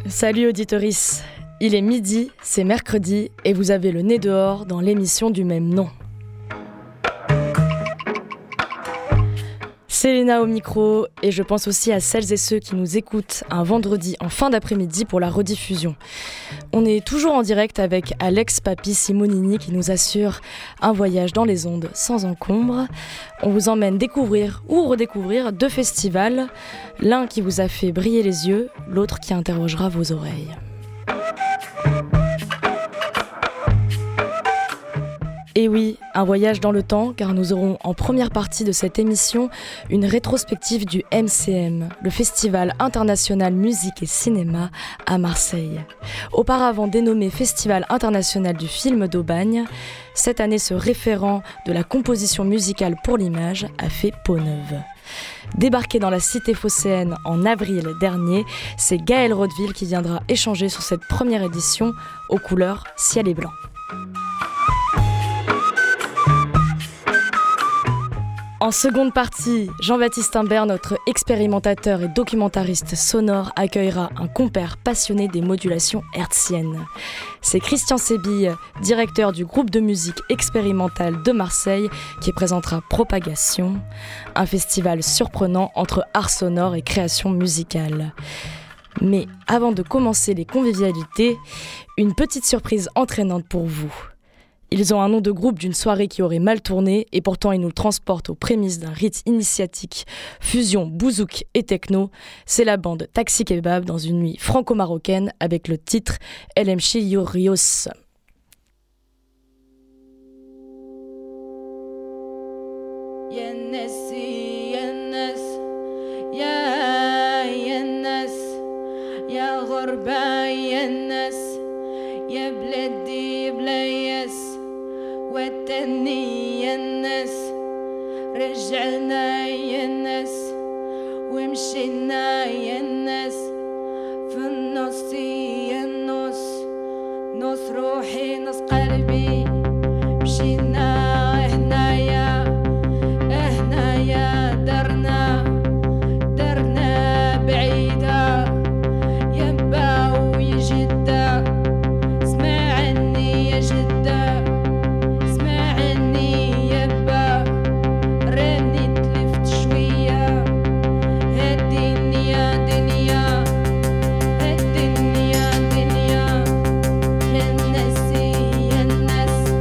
Salut auditoris, il est midi, c'est mercredi et vous avez le nez dehors dans l'émission du même nom. C'est Léna au micro et je pense aussi à celles et ceux qui nous écoutent un vendredi en fin d'après-midi pour la rediffusion. On est toujours en direct avec Alex Papi Simonini qui nous assure un voyage dans les ondes sans encombre. On vous emmène découvrir ou redécouvrir deux festivals, l'un qui vous a fait briller les yeux, l'autre qui interrogera vos oreilles. Et oui, un voyage dans le temps, car nous aurons en première partie de cette émission une rétrospective du MCM, le Festival international musique et cinéma à Marseille. Auparavant dénommé Festival international du film d'Aubagne, cette année ce référent de la composition musicale pour l'image a fait peau neuve. Débarqué dans la cité phocéenne en avril dernier, c'est Gaël Rodeville qui viendra échanger sur cette première édition aux couleurs ciel et blanc. En seconde partie, Jean-Baptiste Imbert, notre expérimentateur et documentariste sonore, accueillera un compère passionné des modulations hertziennes. C'est Christian Sébille, directeur du groupe de musique expérimentale de Marseille, qui présentera Propagation, un festival surprenant entre art sonore et création musicale. Mais avant de commencer les convivialités, une petite surprise entraînante pour vous. Ils ont un nom de groupe d'une soirée qui aurait mal tourné et pourtant ils nous transportent aux prémices d'un rite initiatique, fusion bouzouk et techno. C'est la bande Taxi Kebab dans une nuit franco-marocaine avec le titre El Mchillo Rios. وتني يا الناس رجعنا يا الناس ومشينا يا الناس في النص يا النص نص روحي نص قلبي مشينا هنايا هنايا درنا بعيدة يبا ويجدة اسمعني يا جدة الناس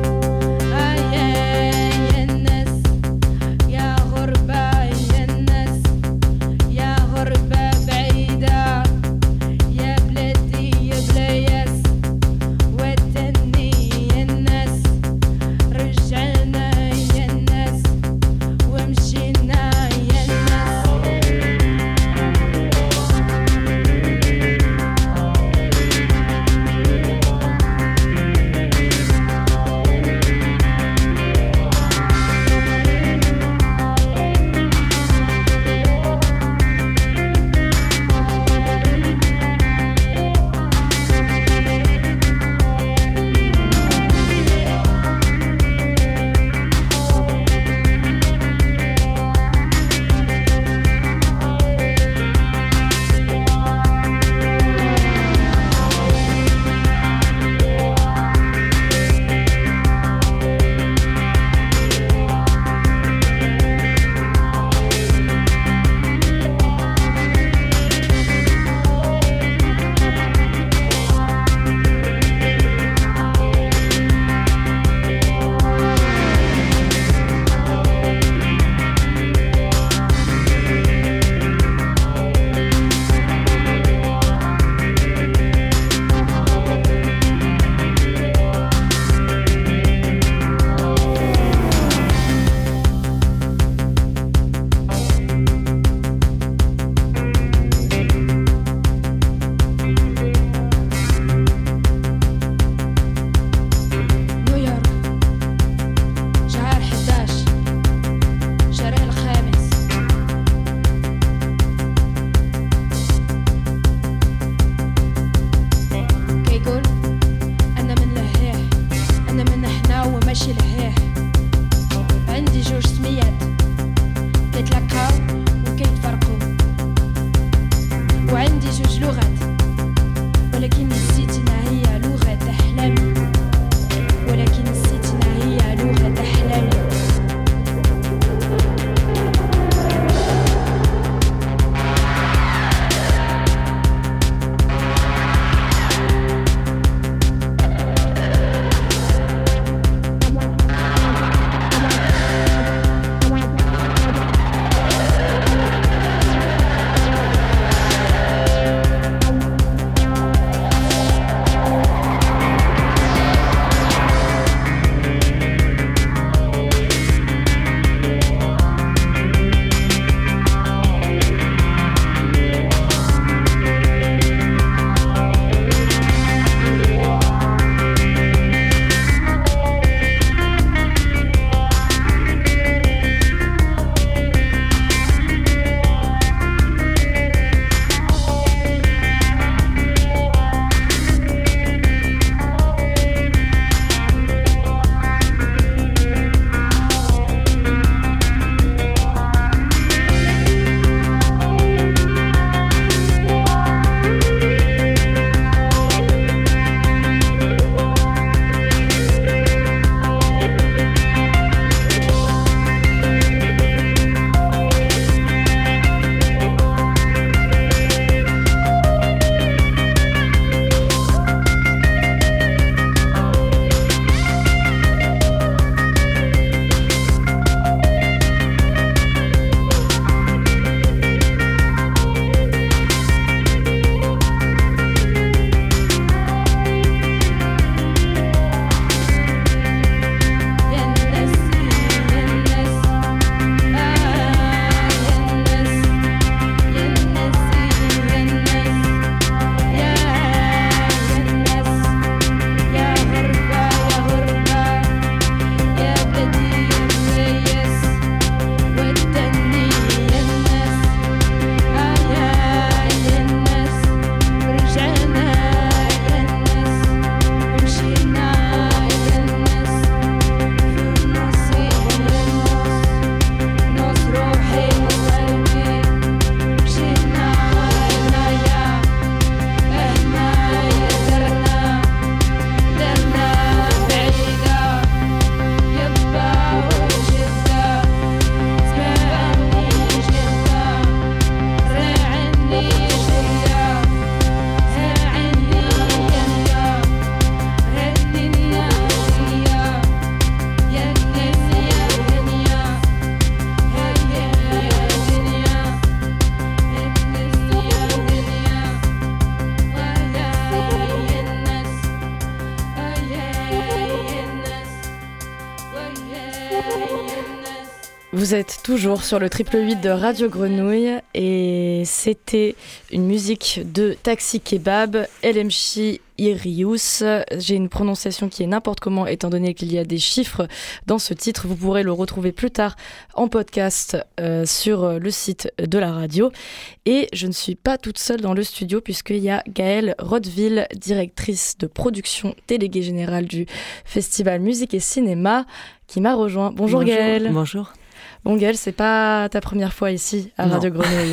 Vous êtes toujours sur le 888 de Radio Grenouille et c'était une musique de Taxi Kebab, LMC Irius. J'ai une prononciation qui est n'importe comment étant donné qu'il y a des chiffres dans ce titre. Vous pourrez le retrouver plus tard en podcast sur le site de la radio. Et je ne suis pas toute seule dans le studio puisqu'il y a Gaëlle Rotteville, directrice de production, déléguée générale du Festival Musique et Cinéma, qui m'a rejoint. Bonjour Gaëlle. Bonjour. Bon Gaëlle, c'est pas ta première fois ici à Radio Grenouille.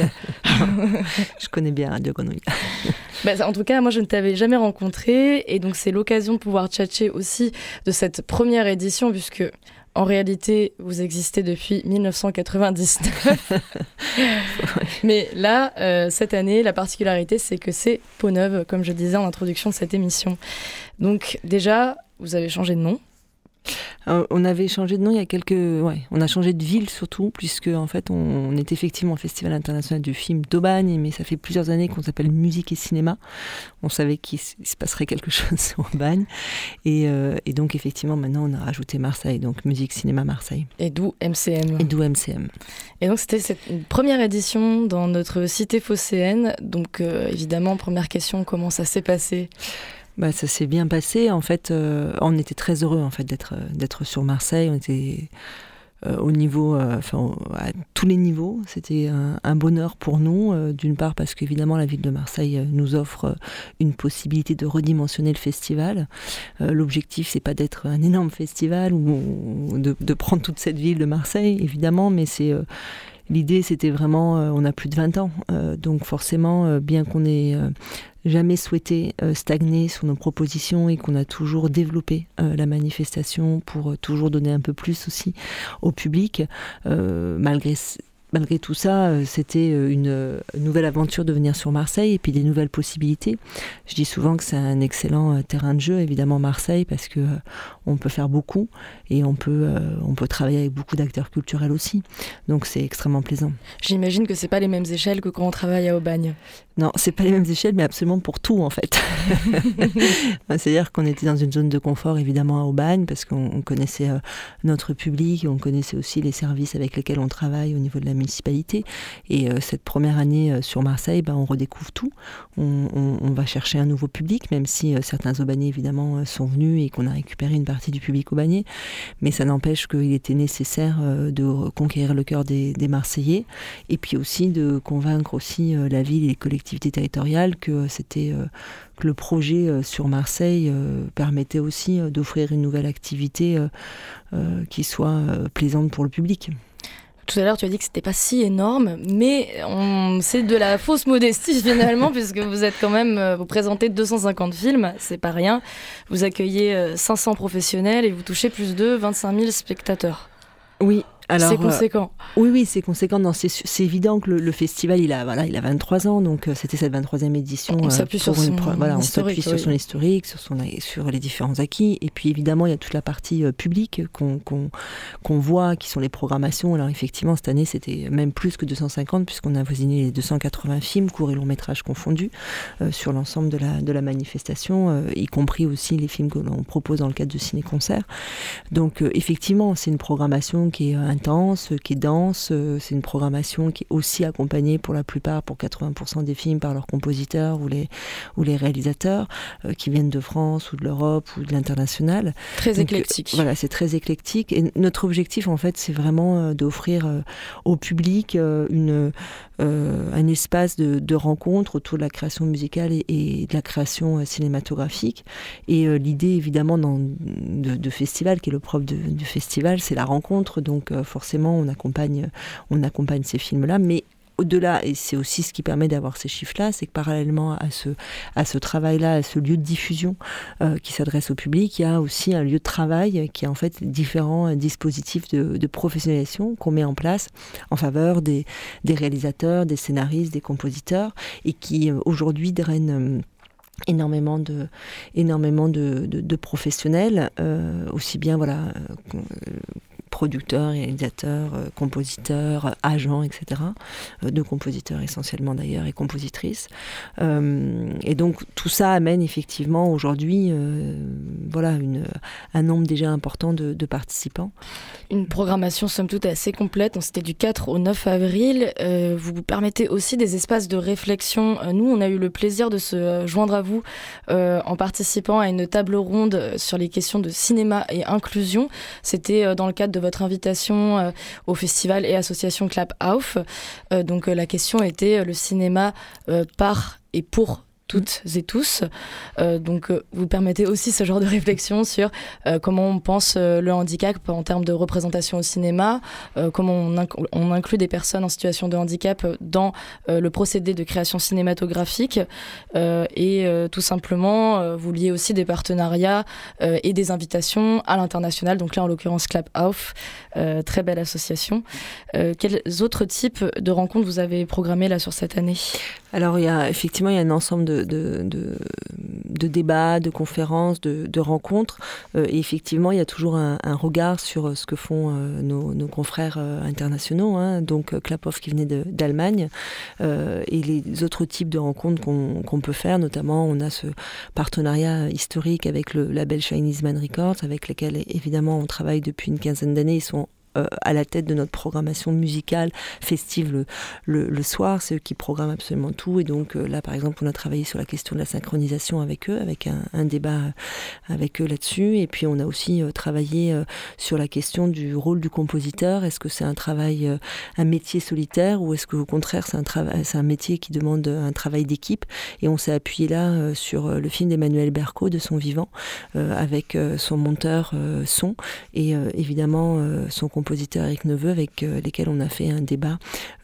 Je connais bien Radio Grenouille. En tout cas, moi je ne t'avais jamais rencontré et donc c'est l'occasion de pouvoir tchatcher aussi de cette première édition puisque en réalité vous existez depuis 1999. Mais là, cette année, la particularité c'est que c'est peau neuve, comme je disais en introduction de cette émission. Donc déjà, vous avez changé de nom. On avait changé de nom il y a quelques... on a changé de ville surtout, puisque en fait on est effectivement au Festival international du film d'Aubagne, mais ça fait plusieurs années qu'on s'appelle Musique et Cinéma. On savait qu'il se passerait quelque chose au Aubagne. Et donc effectivement maintenant on a rajouté Marseille, donc Musique, Cinéma, Marseille. Et d'où MCM. Et donc c'était une première édition dans notre cité phocéenne. Donc évidemment, première question, comment ça s'est passé ? Ça s'est bien passé. En fait, on était très heureux en fait d'être sur Marseille. On était au niveau, à tous les niveaux. C'était un bonheur pour nous. D'une part parce qu'évidemment la ville de Marseille nous offre une possibilité de redimensionner le festival. L'objectif c'est pas d'être un énorme festival ou de prendre toute cette ville de Marseille évidemment, mais c'est l'idée c'était vraiment, on a plus de 20 ans, donc forcément, bien qu'on ait jamais souhaité stagner sur nos propositions et qu'on a toujours développé la manifestation pour toujours donner un peu plus aussi au public, malgré tout ça, c'était une nouvelle aventure de venir sur Marseille et puis des nouvelles possibilités. Je dis souvent que c'est un excellent terrain de jeu, évidemment Marseille, parce que on peut faire beaucoup et on peut travailler avec beaucoup d'acteurs culturels aussi. Donc c'est extrêmement plaisant. J'imagine que c'est pas les mêmes échelles que quand on travaille à Aubagne. Non, c'est pas les mêmes échelles, mais absolument pour tout en fait. C'est-à-dire qu'on était dans une zone de confort évidemment à Aubagne parce qu'on connaissait notre public, on connaissait aussi les services avec lesquels on travaille au niveau de la municipalité. Et cette première année sur Marseille, on redécouvre tout. On va chercher un nouveau public, même si certains Aubagnais évidemment sont venus et qu'on a récupéré une partie du public aubagnais. Mais ça n'empêche qu'il était nécessaire de conquérir le cœur des Marseillais et puis aussi de convaincre aussi la ville et les collectivités territoriales que que le projet sur Marseille permettait aussi d'offrir une nouvelle activité qui soit plaisante pour le public. Tout à l'heure, tu as dit que c'était pas si énorme, mais c'est de la fausse modestie finalement, puisque vous êtes quand même, vous présentez 250 films, c'est pas rien. Vous accueillez 500 professionnels et vous touchez plus de 25 000 spectateurs. Oui. Alors, c'est conséquent. Oui, c'est conséquent. Non, c'est évident que le festival, il a 23 ans, donc c'était cette 23e édition. On s'appuie sur son historique. Sur son historique, sur les différents acquis. Et puis évidemment, il y a toute la partie publique qu'on voit, qui sont les programmations. Alors effectivement, cette année, c'était même plus que 250, puisqu'on a avoisiné les 280 films, courts et longs métrages confondus, sur l'ensemble de la manifestation, y compris aussi les films que l'on propose dans le cadre de ciné-concert. Donc effectivement, c'est une programmation qui est intense, qui est dense, c'est une programmation qui est aussi accompagnée pour la plupart, pour 80% des films, par leurs compositeurs ou les réalisateurs qui viennent de France ou de l'Europe ou de l'international. Très éclectique. Voilà, c'est très éclectique et notre objectif en fait c'est vraiment d'offrir au public un espace de rencontre autour de la création musicale et de la création cinématographique. Et l'idée évidemment de festival, qui est le propre du festival, c'est la rencontre, donc forcément on accompagne ces films-là, mais au-delà, et c'est aussi ce qui permet d'avoir ces chiffres-là, c'est que parallèlement à ce travail-là, à ce lieu de diffusion qui s'adresse au public, il y a aussi un lieu de travail qui est en fait différents dispositifs de professionnalisation qu'on met en place en faveur des réalisateurs, des scénaristes, des compositeurs, et qui aujourd'hui drainent énormément de professionnels, aussi bien producteurs, réalisateurs, compositeurs, agents, etc. De compositeurs essentiellement d'ailleurs et compositrices. Et donc tout ça amène effectivement aujourd'hui un nombre déjà important de participants. Une programmation somme toute assez complète, c'était du 4 au 9 avril. Vous permettez aussi des espaces de réflexion. Nous, on a eu le plaisir de se joindre à vous en participant à une table ronde sur les questions de cinéma et inclusion. C'était dans le cadre de votre invitation au festival et association Clap Auf. Donc la question était le cinéma par et pour toutes et tous. Donc vous permettez aussi ce genre de réflexion sur comment on pense le handicap en termes de représentation au cinéma, comment on inclut des personnes en situation de handicap dans le procédé de création cinématographique et tout simplement vous liez aussi des partenariats et des invitations à l'international, donc là en l'occurrence Clap Auf, très belle association. Quels autres types de rencontres vous avez programmées là sur cette année ? Alors il y a un ensemble de débats, de conférences, de rencontres. Et effectivement, il y a toujours un regard sur ce que font nos confrères internationaux, donc Clap Auf qui venait d'Allemagne, et les autres types de rencontres qu'on peut faire. Notamment, on a ce partenariat historique avec le label Chinese Man Records, avec lequel évidemment on travaille depuis une quinzaine d'années. Ils sont à la tête de notre programmation musicale festive le soir. C'est eux qui programment absolument tout. Et donc là, par exemple, on a travaillé sur la question de la synchronisation avec eux, avec un débat avec eux là-dessus. Et puis on a aussi travaillé sur la question du rôle du compositeur. Est-ce que c'est un travail, un métier solitaire, ou est-ce qu'au contraire c'est un métier qui demande un travail d'équipe? Et on s'est appuyé là sur le film d'Emmanuel Berco, De son vivant, avec son monteur son et évidemment son compositeur Eric Neveu, avec lesquels on a fait un débat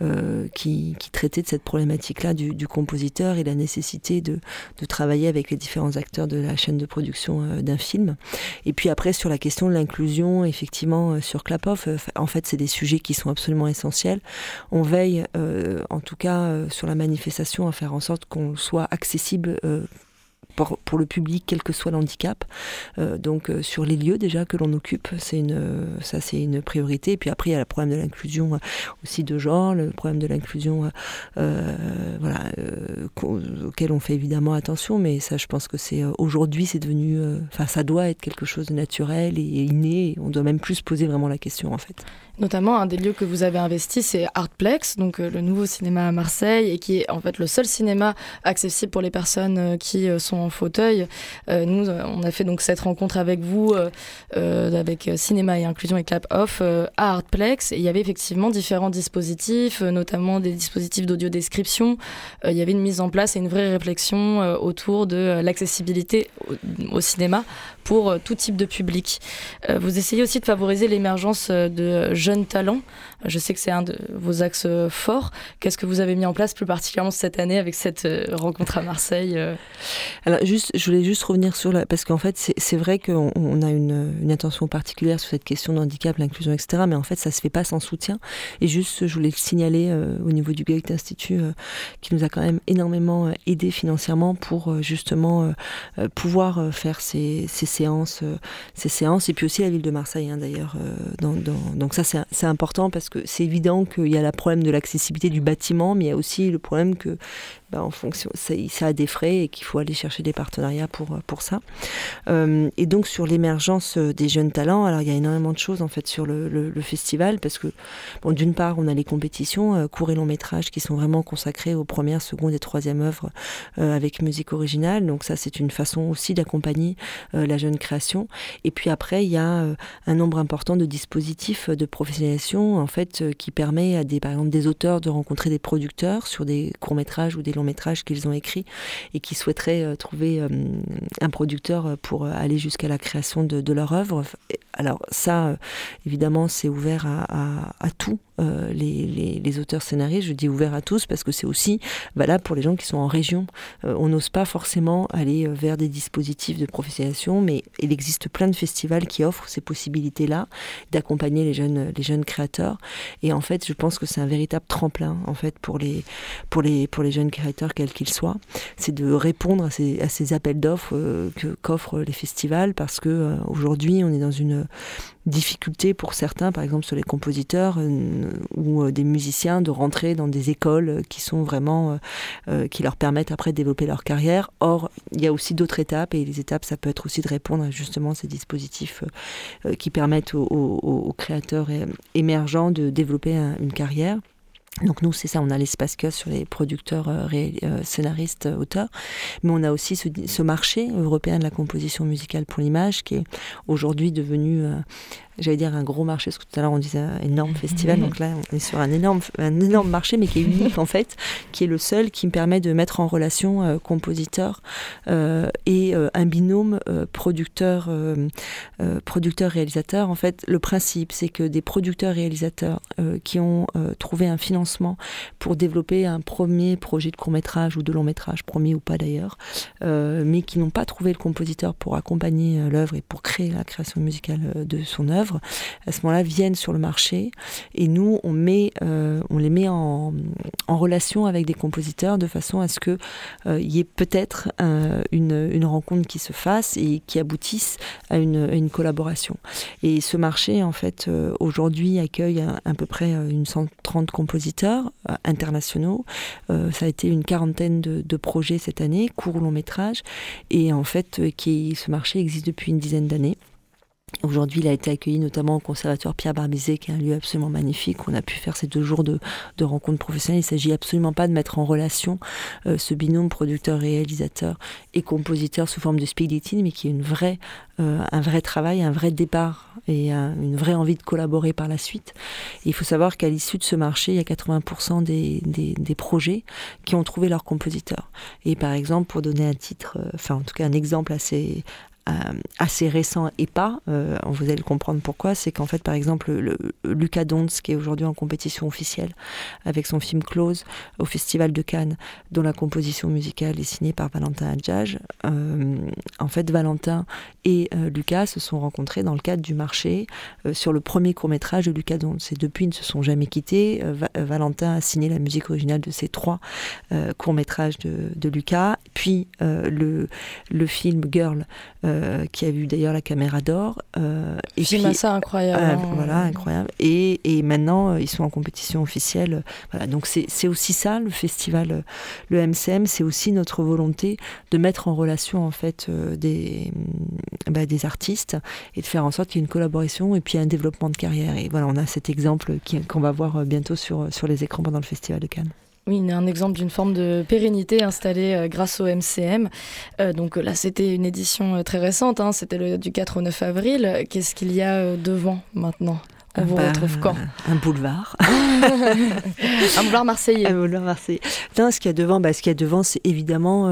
qui traitait de cette problématique-là du compositeur et la nécessité de travailler avec les différents acteurs de la chaîne de production d'un film. Et puis après, sur la question de l'inclusion, effectivement, sur Clap Auf, en fait, c'est des sujets qui sont absolument essentiels. On veille, en tout cas, sur la manifestation, à faire en sorte qu'on soit accessible pour le public, quel que soit l'handicap. Donc sur les lieux déjà que l'on occupe, c'est une priorité. Et puis après, il y a le problème de l'inclusion aussi de genre, le problème de l'inclusion auquel on fait évidemment attention, mais ça, je pense que c'est aujourd'hui, c'est devenu, ça doit être quelque chose de naturel et inné. On doit même plus se poser vraiment la question, en fait. Notamment, un des lieux que vous avez investi, c'est Artplex, donc le nouveau cinéma à Marseille, et qui est en fait le seul cinéma accessible pour les personnes qui sont en fauteuil. Nous, on a fait donc cette rencontre avec vous, avec Cinéma et Inclusion et Clap Off à Artplex. Et il y avait effectivement différents dispositifs, notamment des dispositifs d'audio-description. Il y avait une mise en place et une vraie réflexion autour de l'accessibilité au cinéma pour tout type de public. Vous essayez aussi de favoriser l'émergence de jeunes talents. Je sais que c'est un de vos axes forts. Qu'est-ce que vous avez mis en place plus particulièrement cette année avec cette rencontre à Marseille Alors, je voulais juste revenir sur parce qu'en fait, c'est vrai qu'on a une attention particulière sur cette question de handicap, l'inclusion, etc. Mais en fait, ça se fait pas sans soutien. Et juste, je voulais le signaler au niveau du Goethe Institut, qui nous a quand même énormément aidé financièrement pour justement pouvoir faire ces séances, et puis aussi la ville de Marseille, d'ailleurs. Donc ça, c'est important parce que c'est évident qu'il y a le problème de l'accessibilité du bâtiment, mais il y a aussi le problème que en fonction, ça a des frais et qu'il faut aller chercher des partenariats pour ça. Et donc sur l'émergence des jeunes talents, alors il y a énormément de choses en fait sur le festival, parce que d'une part on a les compétitions courts et longs métrages qui sont vraiment consacrés aux premières, secondes et troisième œuvres avec musique originale. Donc ça, c'est une façon aussi d'accompagner la jeune création. Et puis après, il y a un nombre important de dispositifs de professionnalisation en fait qui permet par exemple des auteurs de rencontrer des producteurs sur des courts métrages ou des longs métrages qu'ils ont écrits et qui souhaiteraient trouver un producteur pour aller jusqu'à la création de leur œuvre. Alors ça, évidemment, c'est ouvert à tout. Les auteurs scénaristes, je dis ouvert à tous parce que c'est aussi valable pour les gens qui sont en région. On n'ose pas forcément aller vers des dispositifs de professionnalisation, mais il existe plein de festivals qui offrent ces possibilités-là d'accompagner les jeunes créateurs. Et en fait, je pense que c'est un véritable tremplin en fait pour les jeunes créateurs, quels qu'ils soient. C'est de répondre à ces appels d'offres qu'offrent les festivals, parce que aujourd'hui, on est dans une difficulté pour certains, par exemple sur les compositeurs ou des musiciens, de rentrer dans des écoles qui sont vraiment qui leur permettent après de développer leur carrière. Or, il y a aussi d'autres étapes, et les étapes, ça peut être aussi de répondre à justement ces dispositifs qui permettent aux créateurs émergents de développer une carrière. Donc nous, c'est ça, on a l'espace que sur les producteurs, scénaristes, auteurs, mais on a aussi ce marché européen de la composition musicale pour l'image qui est aujourd'hui devenu, j'allais dire un gros marché, parce que tout à l'heure on disait un énorme festival, donc là on est sur un énorme marché, mais qui est unique en fait, qui est le seul qui me permet de mettre en relation compositeur et un binôme producteur-réalisateur. En fait, le principe, c'est que des producteurs-réalisateurs qui ont trouvé un financement pour développer un premier projet de court-métrage ou de long-métrage, premier ou pas d'ailleurs, mais qui n'ont pas trouvé le compositeur pour accompagner l'œuvre et pour créer la création musicale de son œuvre, à ce moment-là viennent sur le marché, et nous on les met en relation avec des compositeurs de façon à ce que y ait peut-être une rencontre qui se fasse et qui aboutisse à une collaboration. Et ce marché en fait aujourd'hui accueille à peu près une 130 compositeurs internationaux. Ça a été une quarantaine de projets cette année, court long métrage, et en fait ce marché existe depuis une dizaine d'années. Aujourd'hui, il a été accueilli notamment au Conservatoire Pierre Barbizet, qui est un lieu absolument magnifique. On a pu faire ces 2 jours de rencontres professionnelles. Il ne s'agit absolument pas de mettre en relation ce binôme producteur-réalisateur et compositeur sous forme de speed dating, mais qui est un vrai travail, un vrai départ et une vraie envie de collaborer par la suite. Et il faut savoir qu'à l'issue de ce marché, il y a 80% des projets qui ont trouvé leur compositeur. Et par exemple, pour donner un titre, enfin en tout cas un exemple assez récent et pas, vous allez le comprendre pourquoi, c'est qu'en fait par exemple Lucas Dontz, qui est aujourd'hui en compétition officielle avec son film Close au Festival de Cannes, dont la composition musicale est signée par Valentin Hadjadj, en fait Valentin et Lucas se sont rencontrés dans le cadre du marché sur le premier court-métrage de Lucas Dontz, et depuis ils ne se sont jamais quittés. Valentin a signé la musique originale de ces 3 courts-métrages de Lucas, puis le film Girl qui a eu d'ailleurs la Caméra d'Or. Et film assez incroyable. Voilà, incroyable. Et maintenant, ils sont en compétition officielle. Voilà, donc c'est aussi ça, le festival, le MCM, c'est aussi notre volonté de mettre en relation en fait des artistes et de faire en sorte qu'il y ait une collaboration et puis un développement de carrière. Et voilà, on a cet exemple qu'on va voir bientôt sur les écrans pendant le Festival de Cannes. Oui, un exemple d'une forme de pérennité installée grâce au MCM. Donc là, c'était une édition très récente, c'était du 4 au 9 avril. Qu'est-ce qu'il y a devant maintenant ? On vous retrouve quand ? Un boulevard. Un boulevard marseillais. Un boulevard marseillais. Non, ce qu'il y a devant, c'est évidemment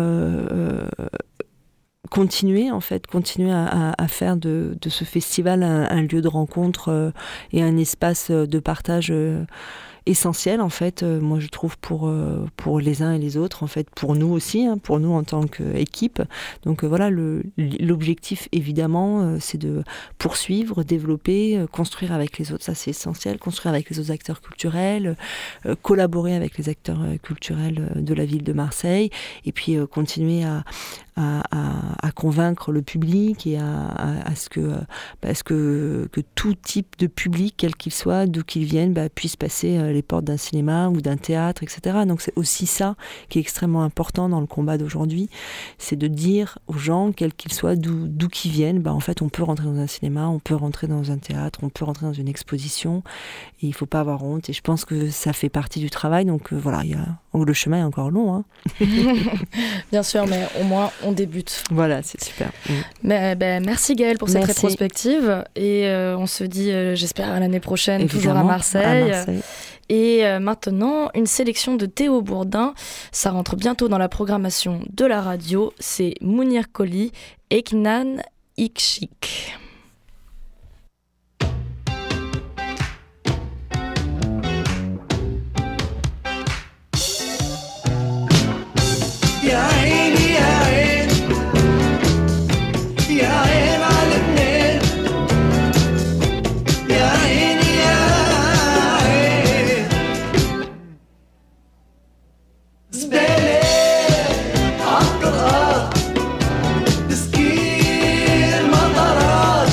continuer à faire de ce festival un lieu de rencontre et un espace de partage essentiel en fait, moi je trouve pour les uns et les autres en fait, pour nous aussi, pour nous en tant qu'équipe. Donc voilà, l'objectif évidemment c'est de poursuivre, développer, construire avec les autres, ça c'est essentiel, construire avec les autres acteurs culturels, collaborer avec les acteurs culturels de la ville de Marseille, et puis continuer à convaincre le public et à ce que tout type de public, quel qu'il soit, d'où qu'il vienne, puisse passer les portes d'un cinéma ou d'un théâtre, etc. Donc c'est aussi ça qui est extrêmement important dans le combat d'aujourd'hui, c'est de dire aux gens, quels qu'ils soient, d'où qu'ils viennent, en fait on peut rentrer dans un cinéma, on peut rentrer dans un théâtre, on peut rentrer dans une exposition, et il ne faut pas avoir honte, et je pense que ça fait partie du travail, donc voilà, le chemin est encore long. Bien sûr, mais au moins on débute. Voilà, c'est super. Mais, merci Gaëlle pour cette rétrospective, et on se dit, j'espère, à l'année prochaine, évidemment, toujours à Marseille. Et maintenant, une sélection de Théo Bourdin, ça rentre bientôt dans la programmation de la radio, c'est Mounir Koli, Eknan Ikchik. مسكين مطرات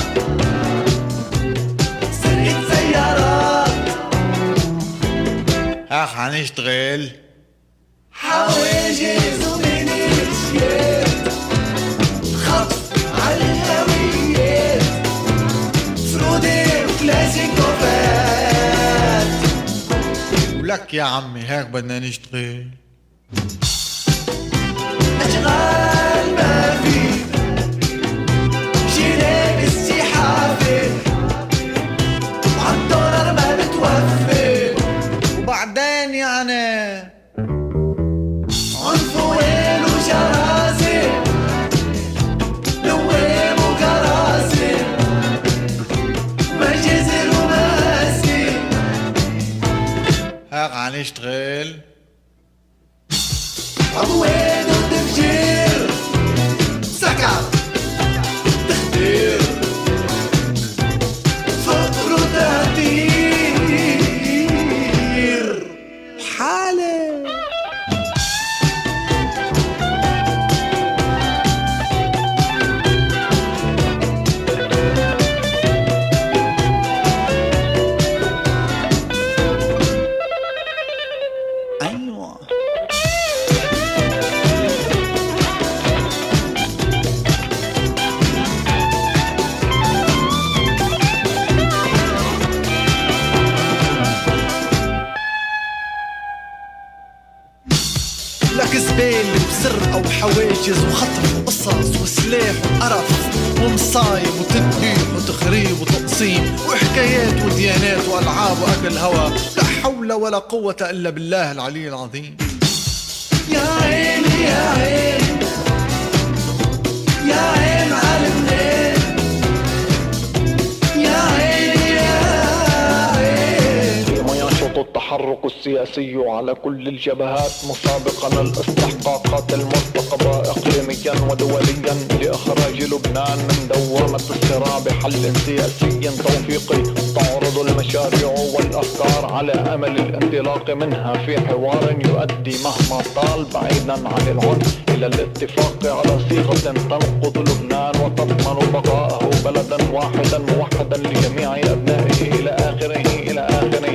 هنشتغل حواجز ومنشيات خطف على الهويات فرودي وكلاسيكوفات ولك يا عمي هيك بدنا نشتغل أشغال ما في جينا بالسحافة وعالدولار ما بتوفي وبعدين يعني عنف وين وجراسة لوام وكراسة مجازر وماسي هيك هنشتغل عبوين وتفجير سكر تخدير فقر وتهدير حالة أيوة لك زبال وسر او حواجز وخطف وقصص وسلاح وقرف ومصايب وتدبيح وتخريب وتقسيم وحكايات وديانات والعاب واكل هوا لا حول ولا قوة الا بالله العلي العظيم يا عيني يا عين يا عين على منين يا عيني يا عين فيما ينشط التحرك السياسي على كل الجبهات مسابقا الاستحقاقات المرتقبة إقليميا ودوليا لإخراج لبنان من دوامة الصراع بحل سياسي توفيقي تعرض المشاريع والأفكار على أمل الانطلاق منها في حوار يؤدي مهما طال بعيدا عن العنف إلى الاتفاق على صيغة تنقض لبنان وتضمن بقاءه بلدا واحدا موحدا لجميع أبنائه إلى آخره إلى آخره.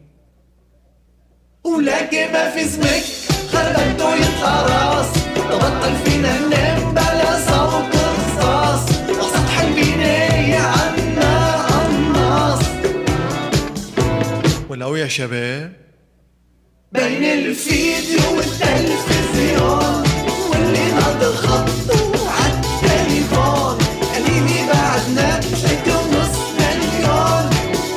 ولكن ما في اسمك خربته يطلع راس تبطل فينا ننام بلا صوت رصاص وسطح البناية عنا قناص ولو يا شباب بين الفيديو والتلفزيون واللي ناطر خطه عالتليفون قليلي بعدنا 3.5 مليون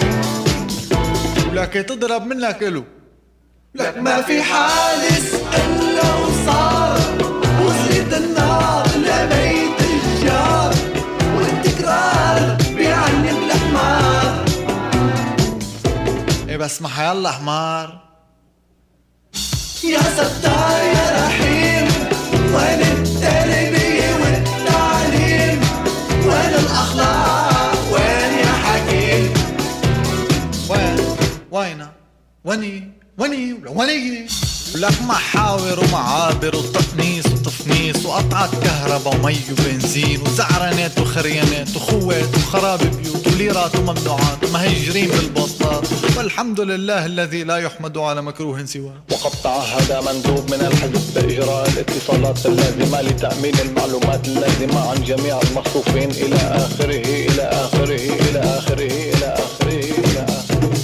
ولك تضرب منك إلو لك ما في حادث إلا وصار وصلت النار لبيت الجار والتكرار بيعلم الحمار إيه بس ما حيالله حمار يا ستار يا رحيم وين التربية والتعليم وين الأخلاق وين يا حكيم وينه وني ولك محاور ومعابر وتقنيص وتفنيص وقطعة كهرباء ومي وبنزين وزعرانات وخريانات وخوات وخراب بيوت وليرات وممنوعات ومهجرين بالبسطات والحمد لله الذي لا يحمد على مكروه سواه. وقد تعهد مندوب من الحزب بإجراء الاتصالات اللازمة لتأمين المعلومات اللازمة عن جميع المخطوفين إلى آخره إلى آخره إلى آخره إلى آخره إلى آخره.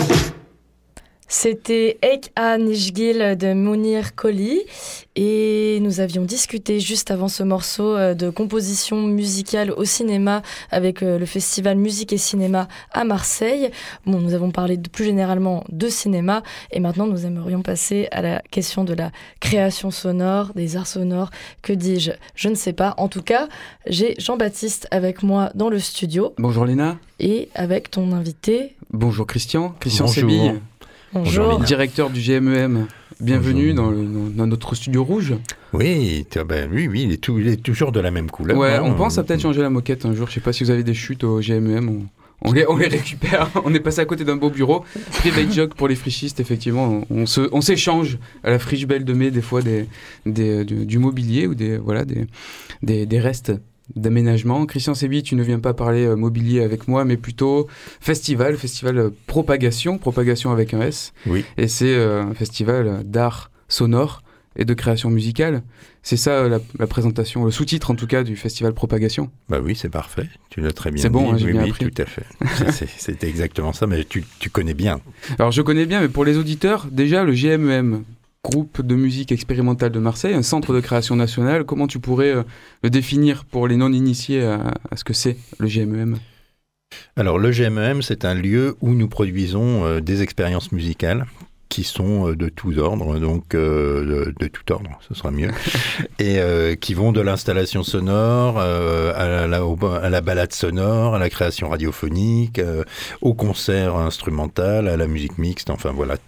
C'était Ek A Nishgil de Mounir Koli et nous avions discuté juste avant ce morceau de composition musicale au cinéma avec le festival Musique et Cinéma à Marseille. Bon, nous avons parlé plus généralement de cinéma et maintenant nous aimerions passer à la question de la création sonore, des arts sonores. Que dis-je ? Je ne sais pas. En tout cas, j'ai Jean-Baptiste avec moi dans le studio. Bonjour Léna. Et avec ton invité. Bonjour Christian Sébille. Bonjour. Directeur du GMEM. Bienvenue dans notre studio rouge. Oui, oui, il est toujours de la même couleur. Ouais, on pense à peut-être changer la moquette un jour. Je sais pas si vous avez des chutes au GMEM. On les récupère. On est passé à côté d'un beau bureau. Private joke pour les frichistes, effectivement. On s'échange à la friche Belle de Mai des fois du mobilier ou des restes d'aménagement. Christian Sébi, tu ne viens pas parler mobilier avec moi, mais plutôt festival Propagation avec un S. Oui. Et c'est un festival d'art sonore et de création musicale. C'est ça la présentation, le sous-titre en tout cas du festival Propagation. Bah oui, c'est parfait. Tu l'as très bien dit. C'est bon, hein, j'ai oui, bien oui, appris. tout à fait. C'était exactement ça, mais tu connais bien. Alors je connais bien, mais pour les auditeurs, déjà le GMEM, groupe de musique expérimentale de Marseille, un centre de création nationale, comment tu pourrais le définir pour les non-initiés à ce que c'est le GMEM ? Alors le GMEM, c'est un lieu où nous produisons des expériences musicales qui sont de tous ordres, donc de tout ordre, ce sera mieux, et qui vont de l'installation sonore à la balade sonore, à la création radiophonique, au concert instrumental, à la musique mixte, enfin voilà,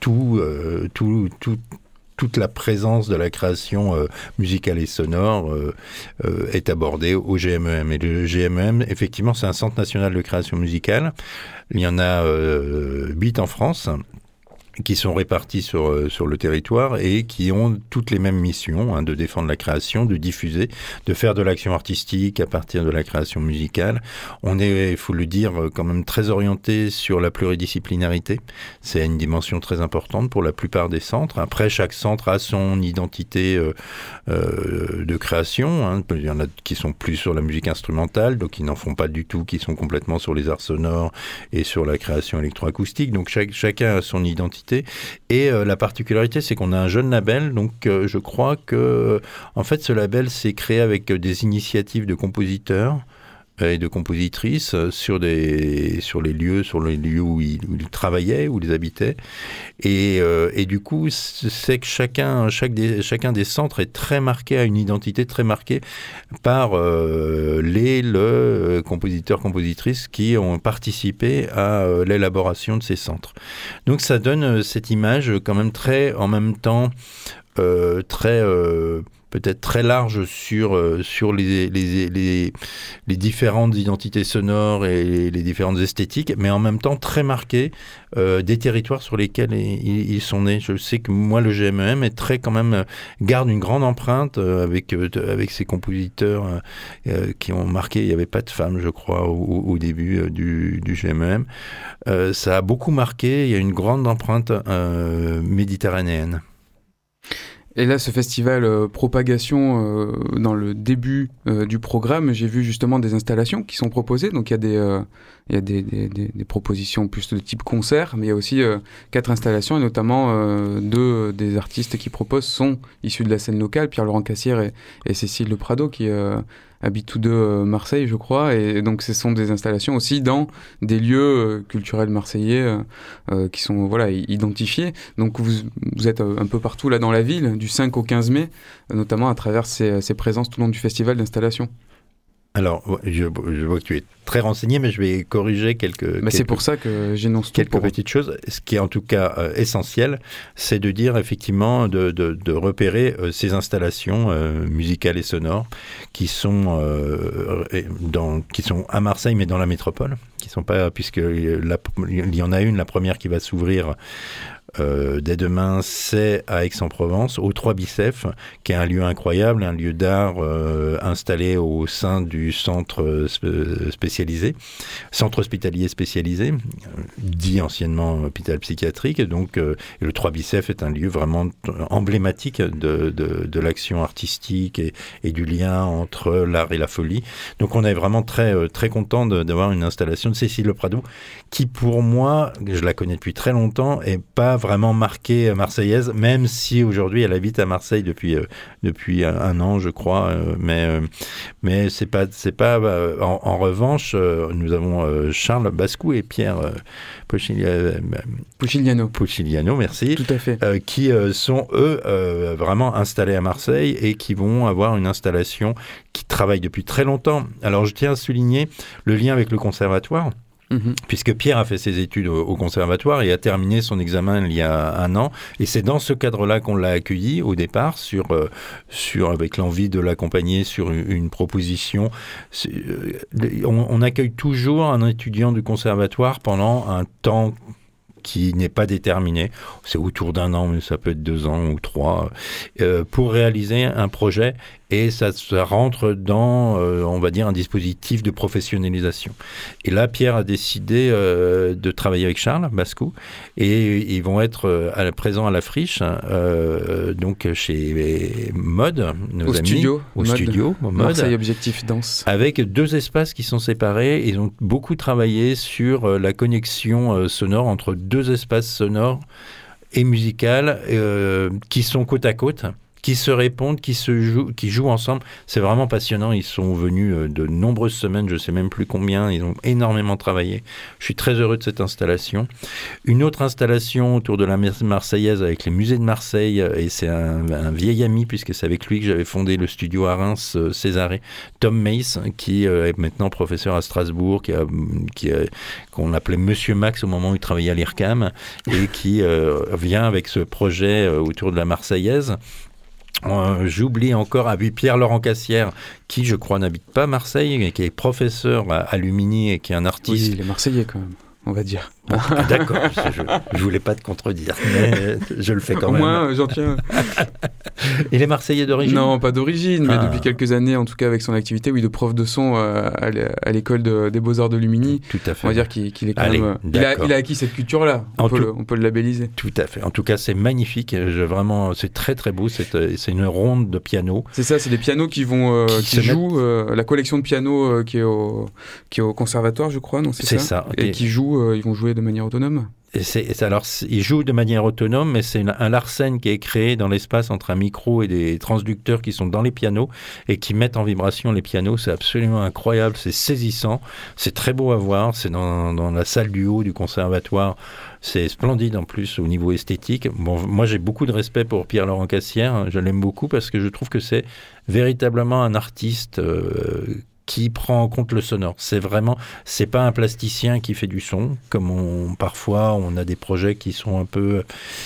toute la présence de la création musicale et sonore est abordée au GMEM. Et le GMEM, effectivement, c'est un centre national de création musicale. Il y en a 8 en France, qui sont répartis sur le territoire et qui ont toutes les mêmes missions, hein, de défendre la création, de diffuser, de faire de l'action artistique à partir de la création musicale. On est, il faut le dire, quand même très orienté sur la pluridisciplinarité. C'est une dimension très importante pour la plupart des centres. Après, chaque centre a son identité de création, hein. Il y en a qui sont plus sur la musique instrumentale, donc qui n'en font pas du tout, qui sont complètement sur les arts sonores et sur la création électroacoustique. Donc chacun a son identité. Et la particularité, c'est qu'on a un jeune label, donc je crois que en fait ce label s'est créé avec des initiatives de compositeurs et de compositrices sur les lieux où ils travaillaient, où ils habitaient, et du coup c'est que chacun des centres est très marqué, a une identité très marquée par le compositeur, compositrices qui ont participé à l'élaboration de ces centres. Donc ça donne cette image quand même très, en même temps très peut-être très large sur les différentes identités sonores et les différentes esthétiques, mais en même temps très marqué des territoires sur lesquels ils sont nés. Je sais que moi, le GMEM est très quand même garde une grande empreinte avec ces compositeurs qui ont marqué. Il n'y avait pas de femmes, je crois, au début du GMEM. Ça a beaucoup marqué. Il y a une grande empreinte méditerranéenne. Et là, ce festival Propagation, dans le début du programme, j'ai vu justement des installations qui sont proposées. Donc il y a des propositions plus de type concert, mais il y a aussi 4 installations, et notamment 2 des artistes qui proposent sont issus de la scène locale, Pierre-Laurent Cassière et Cécile Le Prado, qui habitent tous deux Marseille, je crois, et donc ce sont des installations aussi dans des lieux culturels marseillais qui sont identifiés. Donc vous êtes un peu partout là dans la ville, du 5 au 15 mai, notamment à travers ces présences tout le long du festival d'installation. Alors, je vois que tu es très renseigné, mais je vais corriger quelques c'est pour ça que j'énonce quelques petites choses. Ce qui est en tout cas essentiel, c'est de dire effectivement, de repérer ces installations musicales et sonores qui sont à Marseille, mais dans la métropole, qui sont pas, puisqu'il y en a une, la première qui va s'ouvrir dès demain, c'est à Aix-en-Provence, au 3 Bicef, qui est un lieu incroyable, un lieu d'art installé au sein du centre centre hospitalier spécialisé, dit anciennement hôpital psychiatrique. Donc, et le 3 Bicef est un lieu vraiment emblématique de l'action artistique et du lien entre l'art et la folie. Donc, on est vraiment très, très content d'avoir une installation de Cécile Le Prado, qui pour moi, je la connais depuis très longtemps, est pas vraiment marquée marseillaise, même si aujourd'hui elle habite à Marseille depuis un an, je crois, mais c'est pas en revanche, nous avons Charles Bascou et Pierre Puciliano, merci. Tout à fait. Qui sont eux vraiment installés à Marseille et qui vont avoir une installation qui travaille depuis très longtemps. Alors je tiens à souligner le lien avec le conservatoire. Puisque Pierre a fait ses études au conservatoire et a terminé son examen il y a un an, et c'est dans ce cadre-là qu'on l'a accueilli au départ, avec l'envie de l'accompagner sur une proposition. On accueille toujours un étudiant du conservatoire pendant un temps qui n'est pas déterminé, c'est autour d'un an, mais ça peut être 2 ans ou 3, pour réaliser un projet et ça rentre dans, on va dire, un dispositif de professionnalisation. Et là, Pierre a décidé de travailler avec Charles Bascou, et ils vont être présents à la Friche, donc chez Mode, nos amis, au studio Mode, Marseille Objectif Danse, avec 2 espaces qui sont séparés. Ils ont beaucoup travaillé sur la connexion sonore entre 2 espaces sonores et musicales qui sont côte à côte, qui se répondent, qui jouent ensemble. C'est vraiment passionnant. Ils sont venus de nombreuses semaines, je ne sais même plus combien. Ils ont énormément travaillé. Je suis très heureux de cette installation. Une autre installation autour de la Marseillaise avec les musées de Marseille, et c'est un vieil ami, puisque c'est avec lui que j'avais fondé le studio à Reims, Césarée, Tom Mace, qui est maintenant professeur à Strasbourg, qu'on appelait Monsieur Max au moment où il travaillait à l'IRCAM, et qui vient avec ce projet autour de la Marseillaise. J'oublie encore Pierre-Laurent Cassière, qui je crois n'habite pas Marseille, mais qui est professeur à Lumini et qui est un artiste. Oui, il est marseillais quand même, on va dire. Ah, d'accord, je voulais pas te contredire, mais je le fais quand même. Au moins, j'en tiens. Il est marseillais d'origine ? Non, pas d'origine, mais depuis quelques années, en tout cas avec son activité, oui, de prof de son à l'école des Beaux-Arts de Lumini. Tout à fait. On va dire qu'il est quand même... Il a acquis cette culture-là, on peut le labelliser. Tout à fait. En tout cas, c'est magnifique. Vraiment, c'est très très beau. C'est une ronde de piano. C'est ça, c'est des pianos qui jouent. La collection de pianos qui est au conservatoire, je crois, non ? C'est ça. Et qui jouent, ils vont jouer de manière autonome. Alors, ils jouent de manière autonome, mais c'est un Larsen qui est créé dans l'espace entre un micro et des transducteurs qui sont dans les pianos et qui mettent en vibration les pianos. C'est absolument incroyable, c'est saisissant, c'est très beau à voir. C'est dans la salle du haut du conservatoire. C'est splendide en plus au niveau esthétique. Bon, moi, j'ai beaucoup de respect pour Pierre-Laurent Cassière. Je l'aime beaucoup parce que je trouve que c'est véritablement un artiste qui prend en compte le sonore. C'est pas un plasticien qui fait du son, comme parfois on a des projets qui sont un peu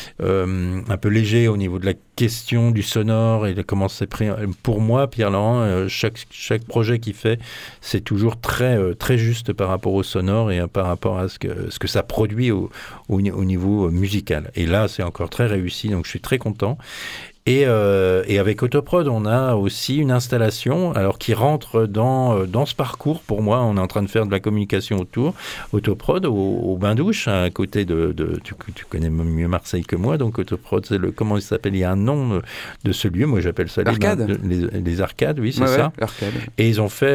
légers au niveau de la question du sonore et de comment c'est pris. Pour moi, Pierre-Laurent, chaque projet qu'il fait, c'est toujours très, très juste par rapport au sonore et par rapport à ce que ça produit au niveau musical. Et là, c'est encore très réussi, donc je suis très content. Et avec Autoprod, on a aussi une installation qui rentre dans ce parcours. Pour moi, on est en train de faire de la communication autour. Autoprod, au Bain-Douche, à côté tu connais mieux Marseille que moi, donc Autoprod, comment il s'appelle ? Il y a un nom de ce lieu, moi j'appelle ça les arcades, oui, c'est ça. L'arcade. Et ils ont fait,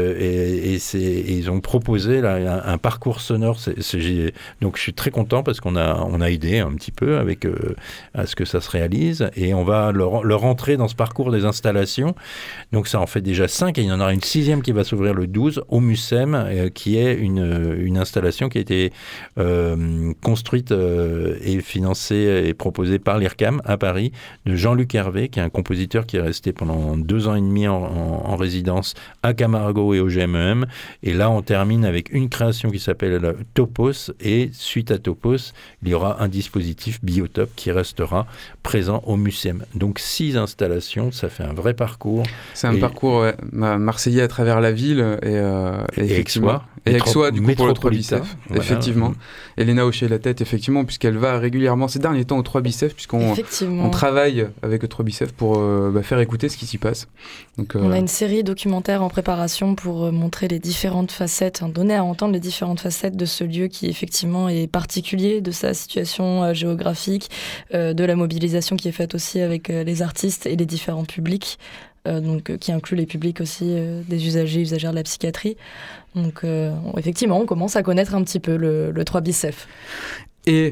ils ont proposé là, un parcours sonore. Donc je suis très content parce qu'on a aidé un petit peu avec à ce que ça se réalise, et on va le rentrer dans ce parcours des installations. Donc ça en fait déjà 5, et il y en aura une 6e qui va s'ouvrir le 12 au Mucem, qui est une installation qui a été construite et financée et proposée par l'IRCAM à Paris, de Jean-Luc Hervé, qui est un compositeur qui est resté pendant 2 ans et demi en résidence à Camargo et au GMEM. Et là, on termine avec une création qui s'appelle Topos, et suite à Topos, il y aura un dispositif Biotope qui restera présent au Mucem. Donc 6 installations, ça fait un vrai parcours. C'est un parcours marseillais à travers la ville et Aixois. Et Aixois, du coup, pour le 3 Bicef, voilà. effectivement. Elena hochait la tête, effectivement, puisqu'elle va régulièrement ces derniers temps au 3 Bicef, puisqu'on travaille avec le 3 Bicef pour faire écouter ce qui s'y passe. Donc, on a une série documentaire en préparation pour montrer les différentes facettes, donner à entendre les différentes facettes de ce lieu qui, effectivement, est particulier, de sa situation géographique, de la mobilisation qui est faite aussi avec les artistes et les différents publics. Qui inclut les publics aussi des usagères de la psychiatrie. Donc effectivement, on commence à connaître un petit peu le 3 Bicef. Et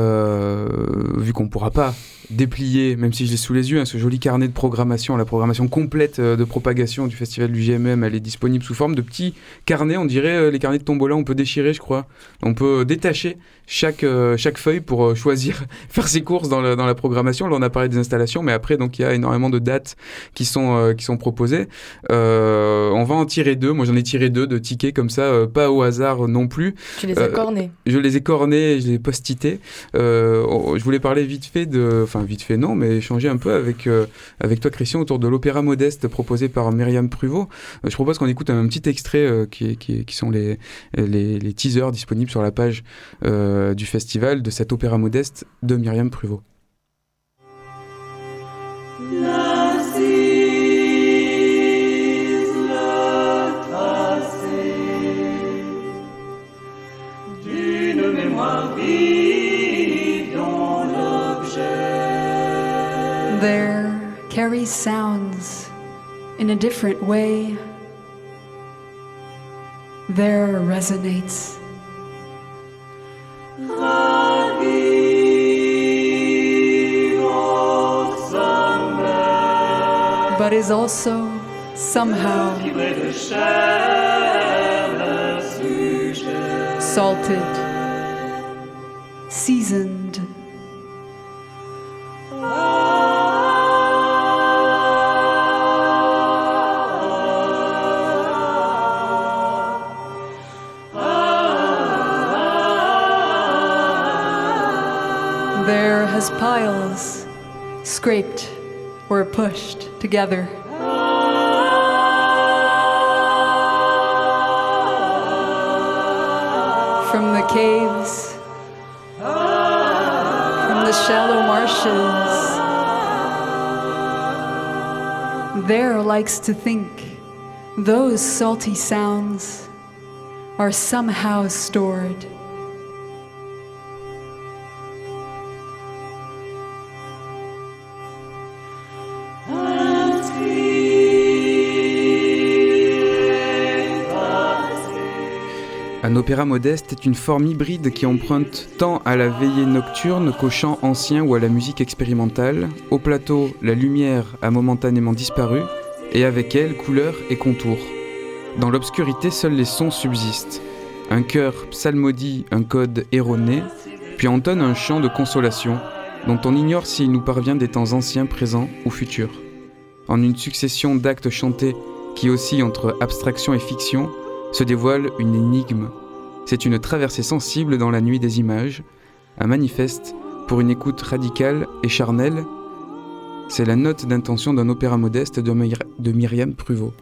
vu qu'on ne pourra pas déplier, même si je l'ai sous les yeux, ce joli carnet de programmation, la programmation complète de propagation du festival du GMM, elle est disponible sous forme de petits carnets, on dirait les carnets de tombola, on peut déchirer, je crois. On peut détacher chaque feuille pour choisir, faire ses courses dans la programmation. Là, on a parlé des installations, mais après, donc il y a énormément de dates qui sont proposées. On va en tirer 2. Moi, j'en ai tiré 2 de tickets comme ça, pas au hasard non plus. Tu les as cornés. Je les ai cornés, je les ai post-ités. Je voulais parler vite fait non, mais échanger un peu avec toi, Christian, autour de l'opéra modeste proposé par Myriam Pruvot. Je propose qu'on écoute un petit extrait qui sont les teasers disponibles sur la page du festival de cet opéra modeste de Myriam Pruvot. La There carries sounds in a different way. There resonates. But is also somehow salted, seasoned. There has piles scraped or pushed together. From the caves, from the shallow marshes, there likes to think those salty sounds are somehow stored. Un opéra modeste est une forme hybride qui emprunte tant à la veillée nocturne qu'au chant ancien ou à la musique expérimentale. Au plateau, la lumière a momentanément disparu, et avec elle, couleurs et contours. Dans l'obscurité, seuls les sons subsistent. Un chœur psalmodie un code erroné, puis entonne un chant de consolation, dont on ignore s'il nous parvient des temps anciens, présents ou futurs. En une succession d'actes chantés qui oscillent entre abstraction et fiction, se dévoile une énigme. C'est une traversée sensible dans la nuit des images, un manifeste pour une écoute radicale et charnelle. C'est la note d'intention d'un opéra modeste de Myriam Pruvot.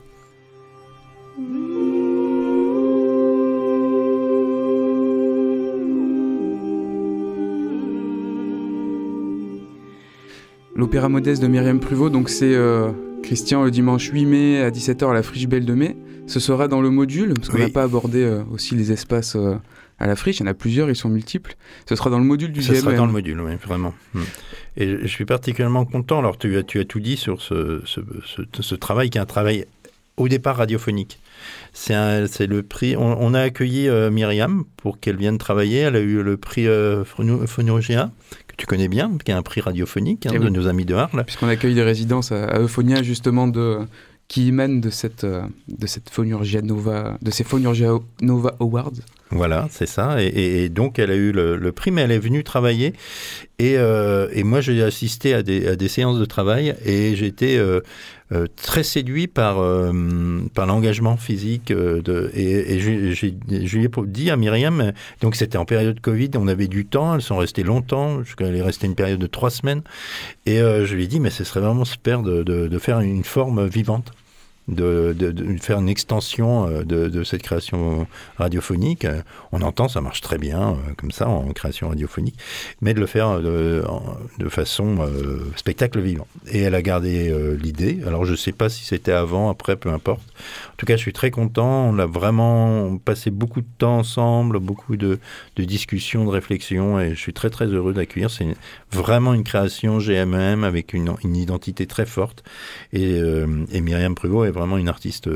L'opéra modeste de Myriam Pruvot, donc c'est Christian le dimanche 8 mai à 17h à la Friche Belle de Mai. Ce sera dans le module, parce qu'on n'a pas abordé aussi les espaces à la Friche. Il y en a plusieurs, ils sont multiples. Ce sera dans le module du GMM. Ce sera dans le module, oui, vraiment. Et je suis particulièrement content. Alors, tu as tout dit sur ce travail qui est un travail au départ radiophonique. C'est le prix. On a accueilli Myriam pour qu'elle vienne travailler. Elle a eu le prix Phonorgia, que tu connais bien, qui est un prix radiophonique de nos amis de Arles. Puisqu'on accueille des résidences à Euphonia, justement, qui émanent de cette Phonorgia Nova, de ces Phonorgia Nova Awards. Voilà, c'est ça. Et donc, elle a eu le prix, mais elle est venue travailler. Et moi, j'ai assisté à des séances de travail et j'étais très séduit par l'engagement physique. Et je lui ai dit à Myriam, donc c'était en période Covid, on avait du temps, elles sont restées longtemps, elle est restée une période de 3 semaines. Et je lui ai dit, mais ce serait vraiment super de faire une forme vivante. De faire une extension de cette création radiophonique. On entend, ça marche très bien comme ça en création radiophonique, mais de le faire de façon spectacle vivant. Et elle a gardé l'idée. Alors je ne sais pas si c'était avant, après, peu importe. En tout cas, je suis très content. On a vraiment passé beaucoup de temps ensemble, beaucoup de discussions, de réflexions, et je suis très très heureux d'accueillir. C'est vraiment une création GMM avec une identité très forte. Et Myriam Pruvot est vraiment une artiste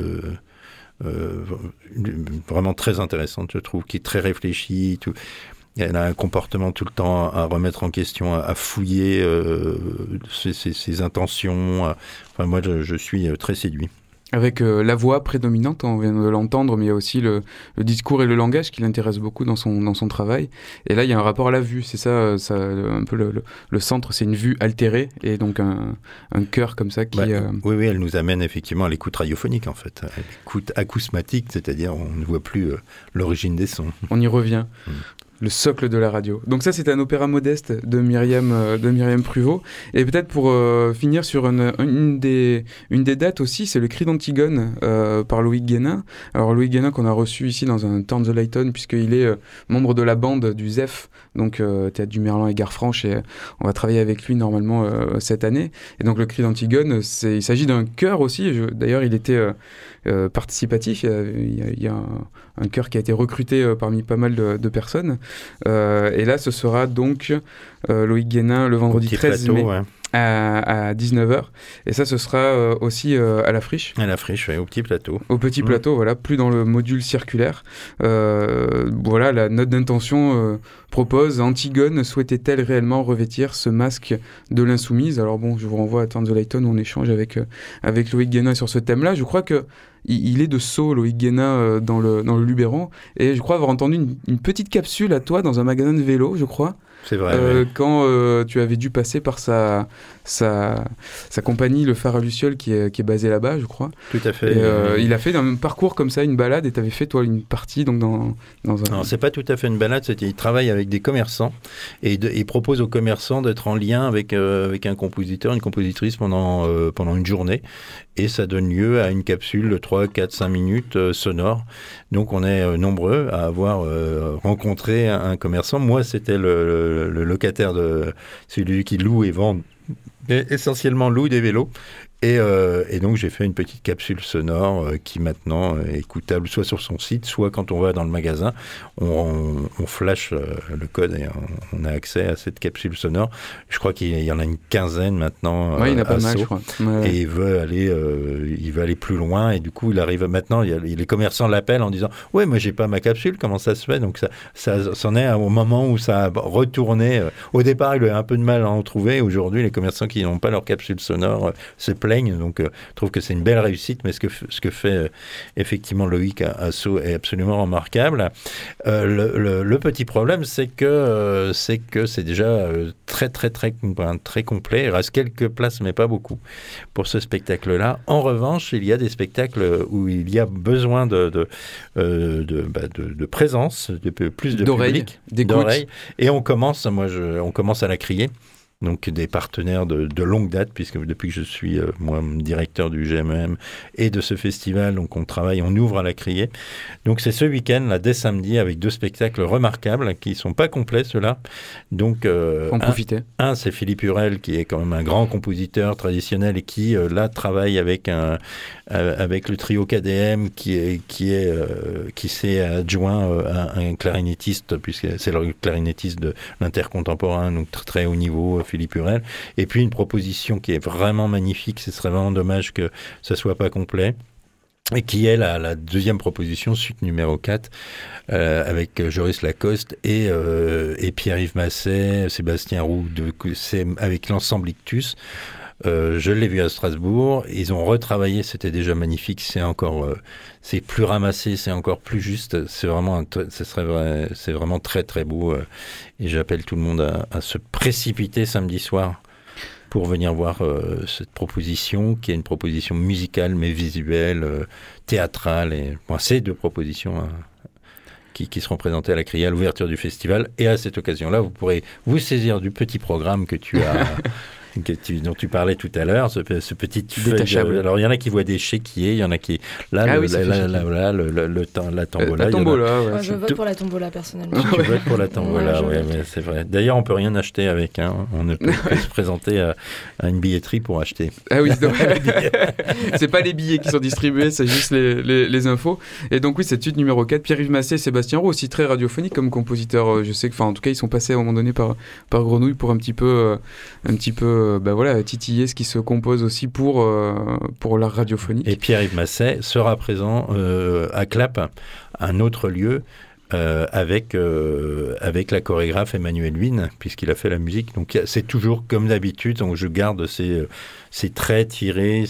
vraiment très intéressante, je trouve, qui est très réfléchie. Elle a un comportement tout le temps à remettre en question, à fouiller ses intentions. Enfin, moi, je suis très séduit. Avec la voix prédominante, on vient de l'entendre, mais il y a aussi le discours et le langage qui l'intéressent beaucoup dans son travail. Et là, il y a un rapport à la vue, c'est ça un peu le centre, c'est une vue altérée, et donc un chœur comme ça qui... Oui, elle nous amène effectivement à l'écoute radiophonique, en fait, à l'écoute acousmatique, c'est-à-dire on ne voit plus l'origine des sons. On y revient. Le socle de la radio. Donc ça, c'est un opéra modeste de Myriam Pruvot. Et peut-être pour finir sur une des dates aussi, c'est le Cri d'Antigone par Loïc Guénin. Alors Loïc Guénin qu'on a reçu ici dans un Turn the Light On, puisqu'il est membre de la bande du ZEF, donc Théâtre du Merlan et Gare Franche, et on va travailler avec lui normalement cette année. Et donc le Cri d'Antigone, il s'agit d'un chœur aussi. D'ailleurs, il était participatif. Il y a un chœur qui a été recruté parmi pas mal de personnes. Et là, ce sera donc Loïc Guénin le vendredi 13 mai. à 19h. Et ça, ce sera aussi à la Friche. À la Friche, oui, au petit plateau. Au petit plateau, voilà, plus dans le module circulaire. Voilà, la note d'intention propose: Antigone souhaitait-elle réellement revêtir ce masque de l'insoumise? Alors bon, je vous renvoie à Turn the Light On où on échange avec Loïc Guénin sur ce thème-là. Je crois que il est de Sceaux, Loïc Guénin, dans le Luberon, et je crois avoir entendu une petite capsule à toi dans un magasin de vélo, je crois. C'est vrai. Oui. Quand tu avais dû passer par sa compagnie, le Phare à Luciole, qui est basée là-bas, je crois. Tout à fait. Et, il a fait un parcours comme ça, une balade, et tu avais fait, toi, une partie donc, dans un... Non, c'est pas tout à fait une balade, il travaille avec des commerçants, et il propose aux commerçants d'être en lien avec un compositeur, une compositrice pendant une journée, et ça donne lieu à une capsule de 3, 4, 5 minutes sonore. Donc on est nombreux à avoir rencontré un commerçant. Moi, c'était le locataire de celui qui loue et vend, essentiellement loue des vélos. Et donc j'ai fait une petite capsule sonore qui maintenant est écoutable soit sur son site, soit quand on va dans le magasin, on flash le code et on a accès à cette capsule sonore. Je crois qu'il y en a une quinzaine maintenant. Oui, il y en a pas mal, je crois. Ouais. Et il veut aller plus loin, et du coup il arrive maintenant, les commerçants l'appellent en disant « Ouais, moi j'ai pas ma capsule, comment ça se fait ?» Donc ça s'en est au moment où ça a retourné. Au départ, il a un peu de mal à en trouver. Aujourd'hui, les commerçants qui n'ont pas leur capsule sonore se plaignent. Donc, je trouve que c'est une belle réussite, mais ce que fait effectivement Loïc à Sceaux est absolument remarquable. Le petit problème, c'est que c'est déjà très, très, très, très complet. Il reste quelques places, mais pas beaucoup, pour ce spectacle-là. En revanche, il y a des spectacles où il y a besoin de présence, de plus de public, d'oreilles. Et on commence à la crier. Donc des partenaires de longue date, puisque depuis que je suis moi directeur du GMEM et de ce festival, donc on ouvre à la criée. Donc c'est ce week-end, là, dès samedi, avec 2 spectacles remarquables, qui ne sont pas complets, ceux-là. Donc en profiter. Un, c'est Philippe Hurel, qui est quand même un grand compositeur traditionnel et qui, là, travaille avec le trio KDM, qui s'est adjoint à un clarinettiste, puisque c'est le clarinettiste de l'intercontemporain, donc très haut niveau, Philippe Hurel. Et puis une proposition qui est vraiment magnifique, ce serait vraiment dommage que ça soit pas complet, et qui est la deuxième proposition, suite numéro 4, avec Joris Lacoste et Pierre-Yves Masset, Sébastien Roux, c'est avec l'ensemble Ictus. Je l'ai vu à Strasbourg, ils ont retravaillé, c'était déjà magnifique, c'est plus ramassé, c'est encore plus juste, c'est vraiment très très beau, et j'appelle tout le monde à se précipiter samedi soir pour venir voir cette proposition, qui est une proposition musicale mais visuelle, théâtrale, et ces 2 propositions qui seront présentées à la criée à l'ouverture du festival. Et à cette occasion-là, vous pourrez vous saisir du petit programme que tu as dont tu parlais tout à l'heure, ce petit détachable. Alors il y en a qui voient des chéquiers, il y en a qui la tombola. La tombola, ouais. Moi, je vote pour la tombola personnellement. Tu votes pour la tombola, oui, mais c'est vrai. D'ailleurs, on peut rien acheter avec, on ne peut que se présenter à une billetterie pour acheter. Ah oui, donc, c'est pas les billets qui sont distribués, c'est juste les infos. Et donc oui, cette suite numéro 4, Pierre-Yves Masset et Sébastien Roux, aussi très radiophonique comme compositeur. Je sais que, en tout cas, ils sont passés à un moment donné par Grenouille pour un petit peu titiller ce qui se compose aussi pour l'art radiophonique. Et Pierre-Yves Masset sera présent à Clap, un autre lieu, avec la chorégraphe Emmanuel Huynh, puisqu'il a fait la musique. Donc c'est toujours comme d'habitude, donc je garde ces traits tirés,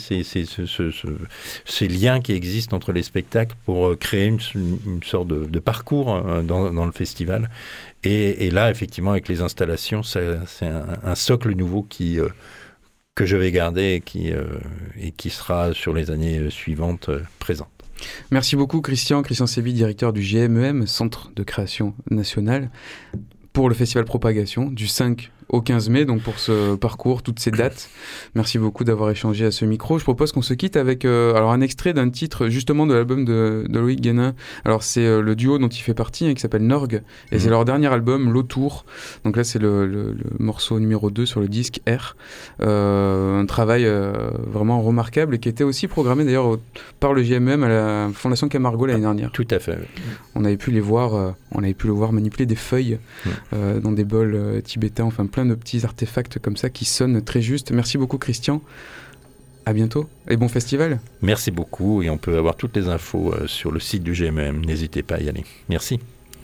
ces liens qui existent entre les spectacles pour créer une sorte de parcours dans le festival. Et là, effectivement, avec les installations, c'est un socle nouveau que je vais garder et qui sera sur les années suivantes présent. Merci beaucoup Christian Séby, directeur du GMEM, Centre de création nationale, pour le festival Propagation du 5 au 15 mai, donc pour ce parcours, toutes ces dates. Merci beaucoup d'avoir échangé à ce micro. Je propose qu'on se quitte avec un extrait d'un titre justement de l'album de Loïc Guénin. Alors c'est le duo dont il fait partie, qui s'appelle Norgue, et c'est leur dernier album, L'Autour. Donc là c'est le morceau numéro 2 sur le disque R. Un travail vraiment remarquable et qui était aussi programmé d'ailleurs par le GMM à la Fondation Camargo l'année dernière. Tout à fait. On avait pu le voir manipuler des feuilles dans des bols tibétains, enfin plein plein de petits artefacts comme ça qui sonnent très juste. Merci beaucoup Christian. À bientôt et bon festival. Merci beaucoup et on peut avoir toutes les infos sur le site du GMEM. N'hésitez pas à y aller. Merci.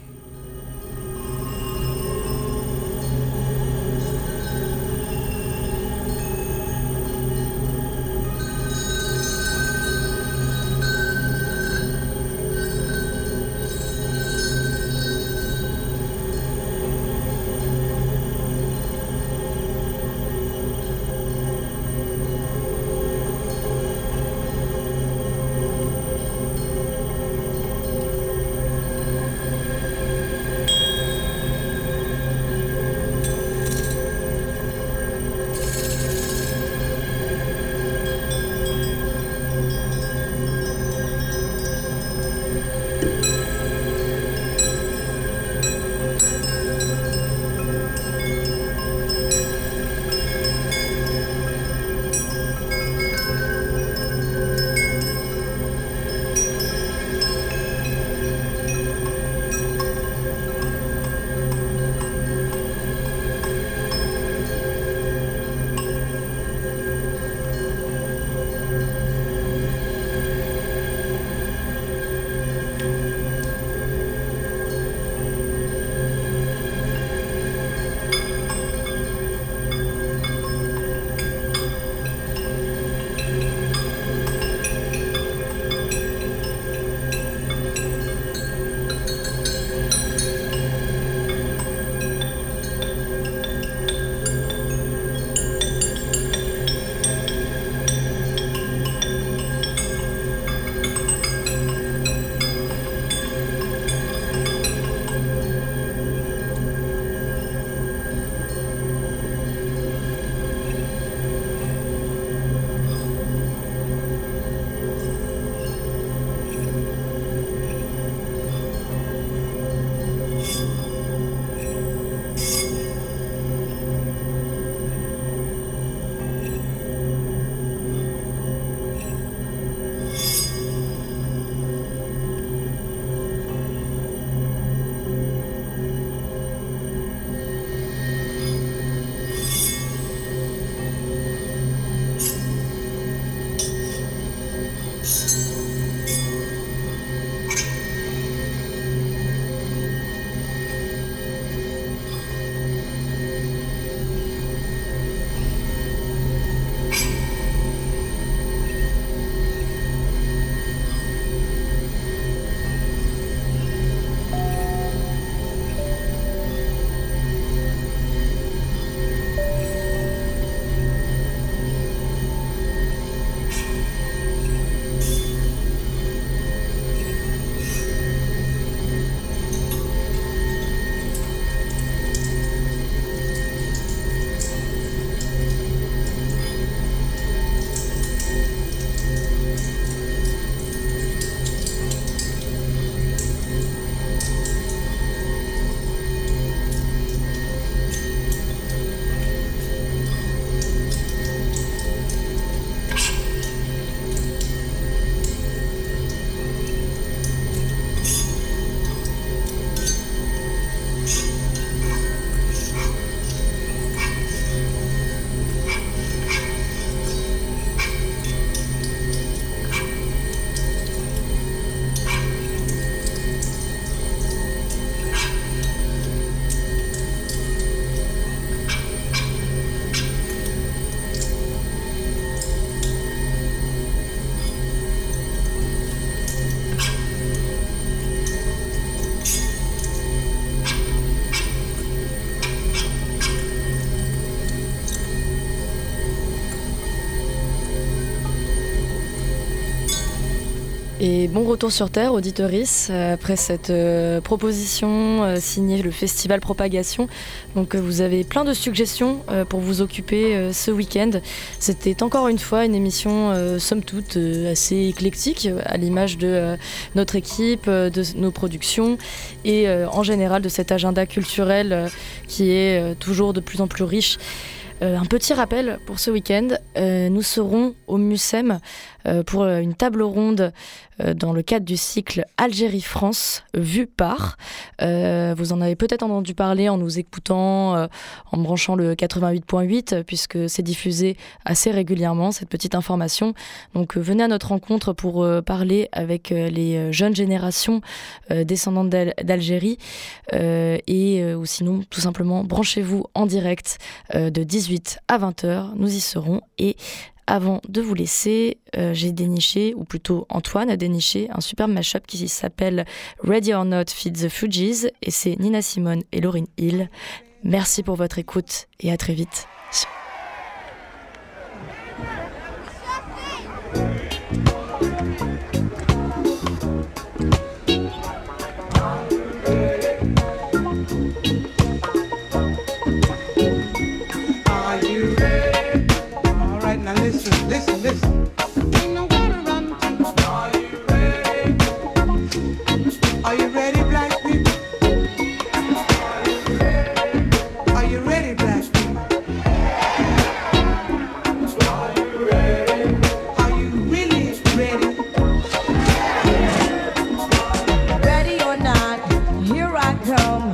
Et bon retour sur Terre, auditeurice, après cette proposition signée le Festival Propagation. Donc vous avez plein de suggestions pour vous occuper ce week-end. C'était encore une fois une émission somme toute assez éclectique, à l'image de notre équipe, de nos productions et en général de cet agenda culturel qui est toujours de plus en plus riche. Un petit rappel pour ce week-end, nous serons au Mucem pour une table ronde dans le cadre du cycle Algérie-France vue par. Vous en avez peut-être entendu parler en nous écoutant, en branchant le 88.8 puisque c'est diffusé assez régulièrement cette petite information. Donc venez à notre rencontre pour parler avec les jeunes générations descendantes d'Algérie ou sinon tout simplement branchez-vous en direct de 18 à 20h, nous y serons. Et avant de vous laisser, j'ai déniché, ou plutôt Antoine a déniché, un superbe mashup qui s'appelle Ready or Not feat. The Fugees, et c'est Nina Simone et Lauryn Hill. Merci pour votre écoute et à très vite. Listen. Ain't nowhere to run to. Are you ready? Are you ready, black people? Are you ready, black people? Are you ready? Are you really ready? Ready or not, here I come.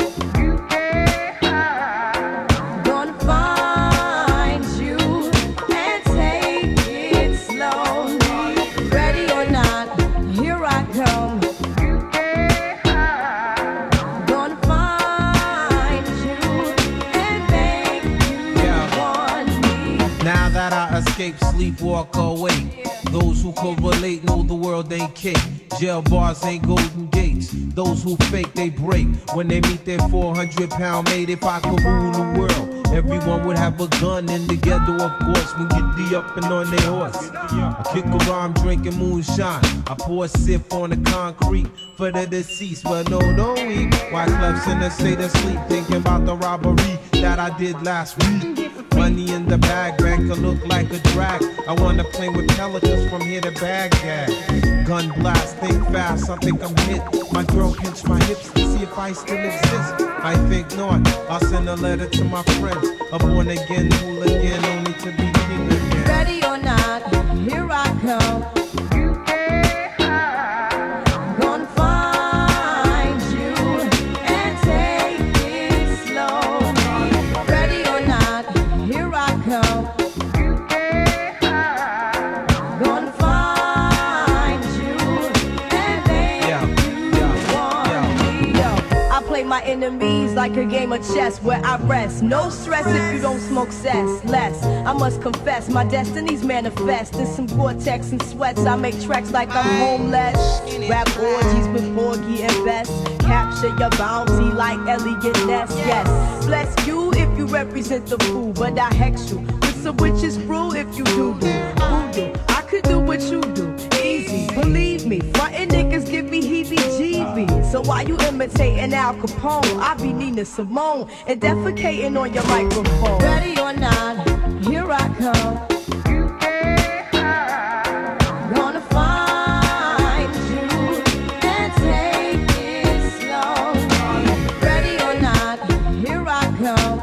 Escape, sleep, walk away. Those who correlate know the world ain't cake. Jail bars ain't golden gates. Those who fake, they break. When they meet their 400-pound mate, if I could rule the world, everyone would have a gun in the ghetto, of course. When get the up and on their horse, I kick around drinking moonshine. I pour a sip on the concrete for the deceased, but no, don't weep. Why clubs in a state of sleep, thinking about the robbery that I did last week. Money in the bag, banker look like a drag. I wanna play with pelicans from here to Baghdad. Gun blast, think fast, I think I'm hit. My girl pinch my hips to see if I still exist. I think not, I'll send a letter to my friends. A born again hooligan, only to be king again. Ready or not, here I come. My enemies like a game of chess where I rest. No stress if you don't smoke cess. Less, I must confess, my destiny's manifest. In some Gore-Tex and sweats, I make tracks like I'm homeless. Rap orgies with Porgy and Bess. Capture your bounty like Elliot Ness. Yes, bless you if you represent the fool, but I hex you with some witches brew if you do. I could do what you do, easy. Believe me, frontin' niggas give me heebie-jeebies. So why you imitating Al Capone? I be Nina Simone and defecating on your microphone. Ready or not, here I come. Gonna find you and take it slow. Ready or not, here I come.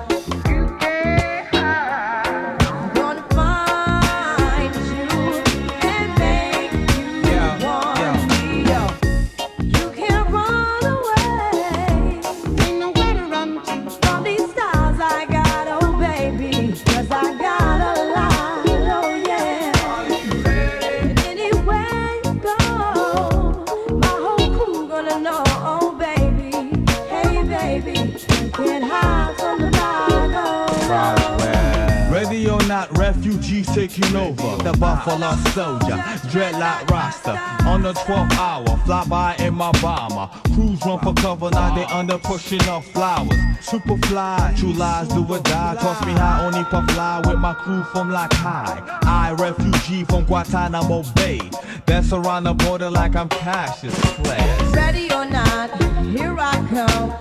Refugees taking over, the Buffalo Soldier, dreadlock roster. On the 12th hour, fly by in my bomber. Crews run for cover, now they under pushing up flowers. Super fly, true lies do or die. Toss me high, only puff fly with my crew from like high. I, refugee from Guantanamo Bay. Dance around the border like I'm Cassius Clay. Ready or not, here I come.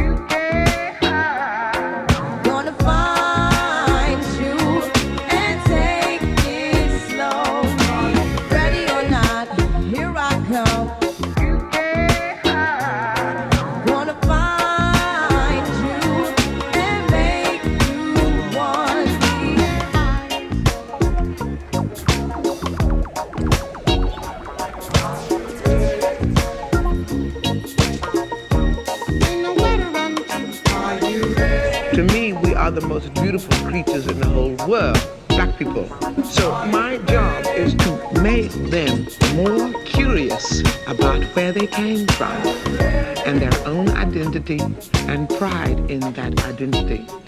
Gonna find you and take it slow. Ready or not, here I come. Gonna find you and make you want me. the most beautiful creatures in the whole world, black people. So my job is to make them more curious about where they came from and their own identity and pride in that identity.